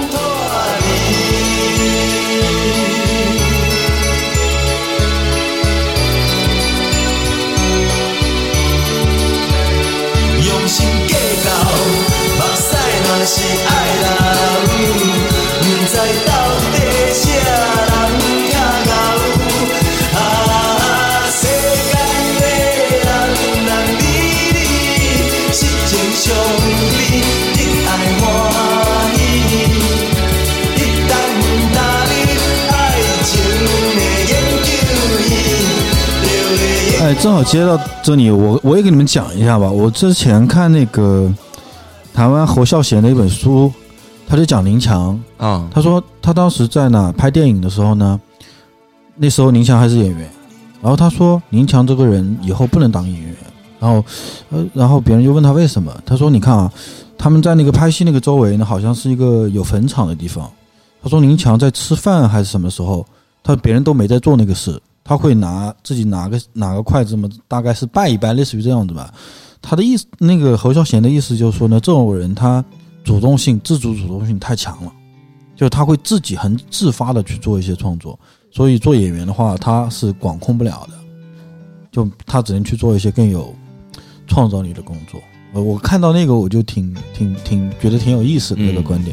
用心计较，目屎嘛是爱人，不知到底谁人较牛。世间的人你，是情相比，你爱欢喜，一旦踏入爱情的研究院， 哎，正好接到这里，我也给你们讲一下吧。我之前看那个台湾侯孝贤的一本书，他就讲林强啊。他说他当时在哪拍电影的时候呢，那时候林强还是演员，然后他说林强这个人以后不能当演员，然后别人就问他为什么，他说你看啊，他们在那个拍戏那个周围呢，好像是一个有坟场的地方。他说林强在吃饭还是什么时候，别人都没在做那个事。他会自己拿个筷子嘛，大概是拜一拜，类似于这样子吧。他的意思，那个侯孝贤的意思就是说呢，这种人他自主动性太强了，就他会自己很自发的去做一些创作，所以做演员的话他是管控不了的，就他只能去做一些更有创造力的工作。我看到那个我就挺觉得挺有意思的这个观点。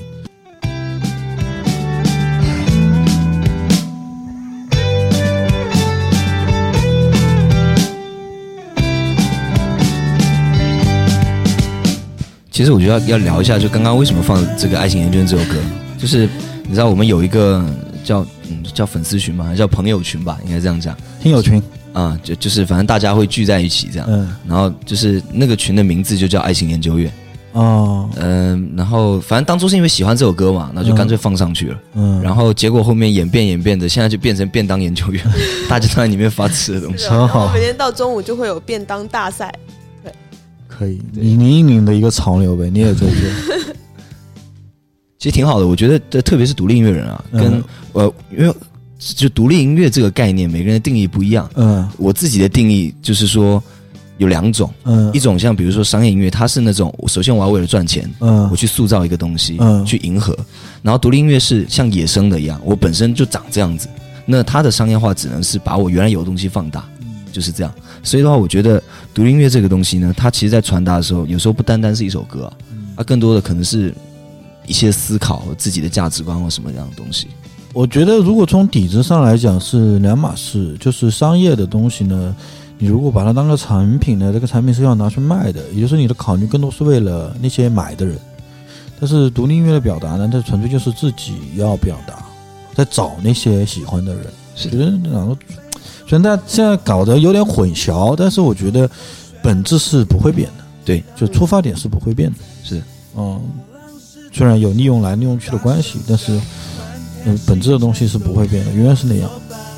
其实我觉得要聊一下，就刚刚为什么放这个《爱情研究院》这首歌，就是你知道我们有一个叫粉丝群嘛，还叫朋友群吧，应该这样讲， 听友群啊，就是反正大家会聚在一起这样，然后就是那个群的名字就叫《爱情研究院》哦，然后反正当初是因为喜欢这首歌嘛，那就干脆放上去了，然后结果后面演变的，现在就变成便当研究院，大家都在里面发吃的东西， 很好，每天到中午就会有便当大赛。 可以，你引领的一个潮流呗，你也在做， 其实挺好的，我觉得，特别是独立音乐人啊，跟因为就独立音乐这个概念，每个人的定义不一样。我自己的定义就是说有两种，一种像比如说商业音乐，它是那种首先我要为了赚钱，我去塑造一个东西，去迎合，然后独立音乐是像野生的一样，我本身就长这样子，那它的商业化只能是把我原来有的东西放大。就是这样，所以的话，我觉得独立音乐这个东西呢，它其实在传达的时候，有时候不单单是一首歌啊，它更多的可能是一些思考和自己的价值观或什么样的东西。 我觉得如果从底子上来讲是两码事，就是商业的东西呢，你如果把它当个产品呢，这个产品是要拿去卖的，也就是你的考虑更多是为了那些买的人。但是独立音乐的表达呢，它纯粹就是自己要表达，在找那些喜欢的人。 是觉得两个。虽然大家现在搞得有点混淆，但是我觉得本质是不会变的。 对， 就出发点是不会变的。 是， 虽然有利用来利用去的关系，但是本质的东西是不会变的，永远是那样。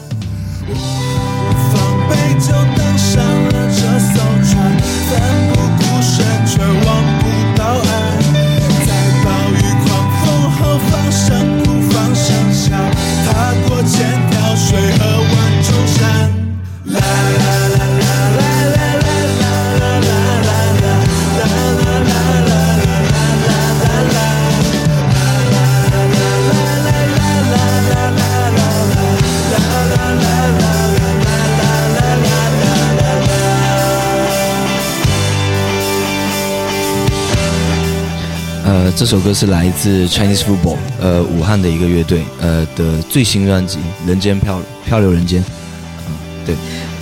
放杯就登上了这艘船，奋不顾身却望不到岸，在暴雨狂风后放上不放上桥，踏过千条水河万重山，啦啦啦啦啦啦啦啦啦啦啦啦啦这首歌是来自 Chinese Football， 武汉的一个乐队，的最新专辑《人间漂流人间》，对。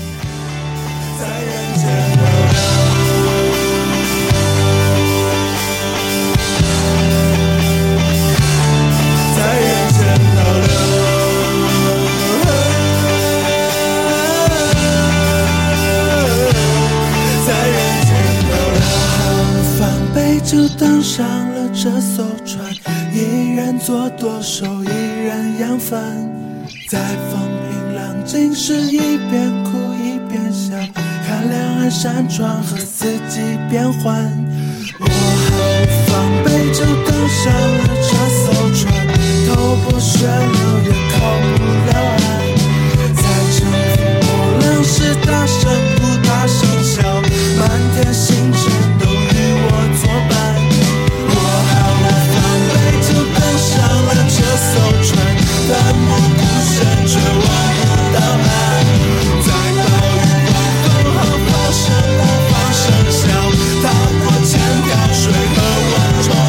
就登上了这艘船，一人做舵手，一人扬帆，在风平浪静时一边哭一边笑，看两岸山川和四季变换。我毫无防备就登上了这艘船，头破血流也靠不了岸，在乘风破浪时大声哭大声笑，满天星辰都与我作伴。但目不深，却望不到岸。在暴雨狂风后放声哭，放声笑，踏过千条水和万重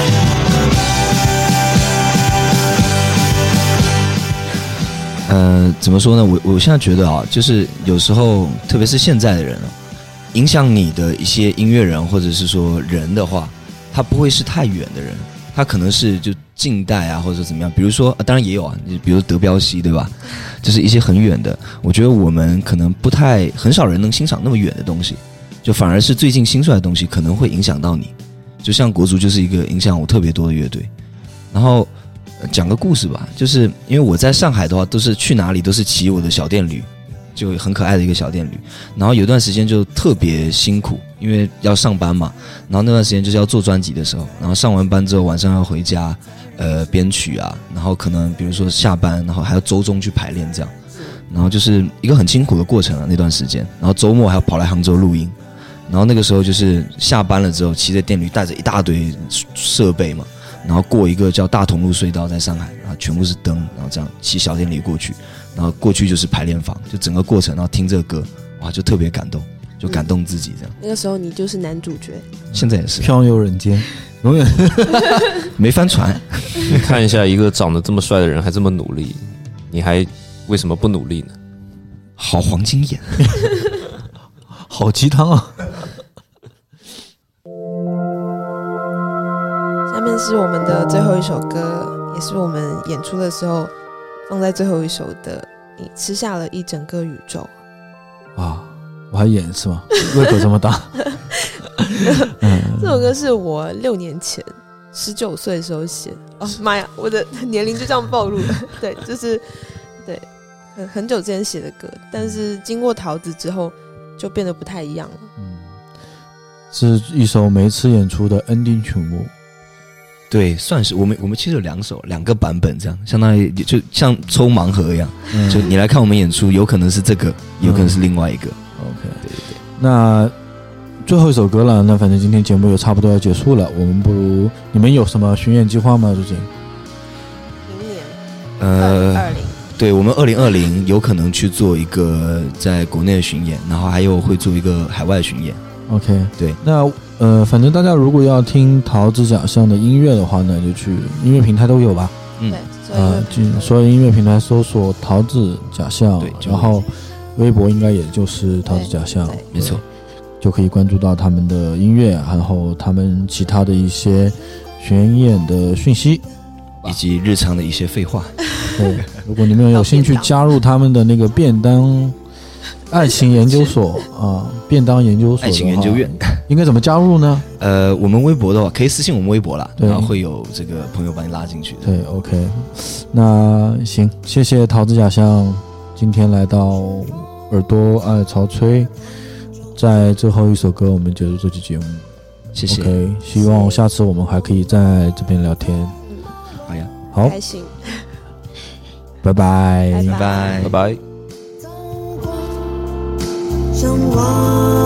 山。怎么说呢？我现在觉得啊，就是有时候，特别是现在的人啊，影响你的一些音乐人或者是说人的话，他不会是太远的人，他可能是就近代啊，或者怎么样。比如说，当然也有啊，比如德彪西，对吧？就是一些很远的。我觉得我们可能很少人能欣赏那么远的东西，就反而是最近新出来的东西可能会影响到你。就像国足就是一个影响我特别多的乐队。然后讲个故事吧，就是因为我在上海的话，都是去哪里都是骑我的小电驴，就很可爱的一个小电驴。然后有段时间就特别辛苦，因为要上班嘛。然后那段时间就是要做专辑的时候，然后上完班之后晚上要回家，编曲啊，然后可能比如说下班，然后还要周中去排练这样。然后就是一个很辛苦的过程啊，那段时间。然后周末还要跑来杭州录音。然后那个时候就是下班了之后，骑着电驴带着一大堆设备嘛。然后过一个叫大同路隧道，在上海，然后全部是灯，然后这样骑小电驴过去，然后过去就是排练房，就整个过程，然后听这个歌，哇，就特别感动，就感动自己这样。 那个时候你就是男主角， 现在也是漂游人间，永远没翻船。 你看一下一个长得这么帅的人还这么努力，你还为什么不努力呢？ 好黄金眼， 好鸡汤啊！ 下面是我们的最后一首歌，也是我们演出的时候放在最后一首的。你吃下了一整个宇宙啊！我还演一次吗？胃口这么大。 这首歌是我6年前19岁的时候写的。哦妈呀，我的年龄就这样暴露了。对，就是对很久之前写的歌，但是经过桃子之后就变得不太一样了。 是一首每次演出的 ending 曲目。 对，算是我们其实有2个版本，这样相当于就像抽盲盒一样，就你来看我们演出，有可能是这个，有可能是另外一个。 OK， 对。那最后一首歌了，那反正今天节目也差不多要结束了，我们不如你们有什么巡演计划吗？最近？ 明年2020。 对，我们2020有可能去做一个在国内的巡演，然后还有会做一个海外巡演。 OK， 对。 那反正大家如果要听桃子奖项的音乐的话呢，就去音乐平台都有吧。 对， 所有音乐平台搜索桃子奖项，然后微博应该也就是桃子奖项， 没错， 就可以关注到他们的音乐，然后他们其他的一些巡演的讯息， 以及日常的一些废话。 对，如果你们有兴趣加入他们的那个便当爱情研究所啊，便当研究所， 爱情研究院， 应该怎么加入呢？ 我们微博的话可以私信我们微博啦， 然后会有这个朋友把你拉进去的。 对 ，OK， 那行，谢谢桃子奖项今天来到耳朵爱潮吹，在最后一首歌我们结束这期节目， 谢谢。 OK， 希望下次我们还可以在这边聊天。 好呀， 好， 开心， 拜拜， 拜拜， 拜拜。 像我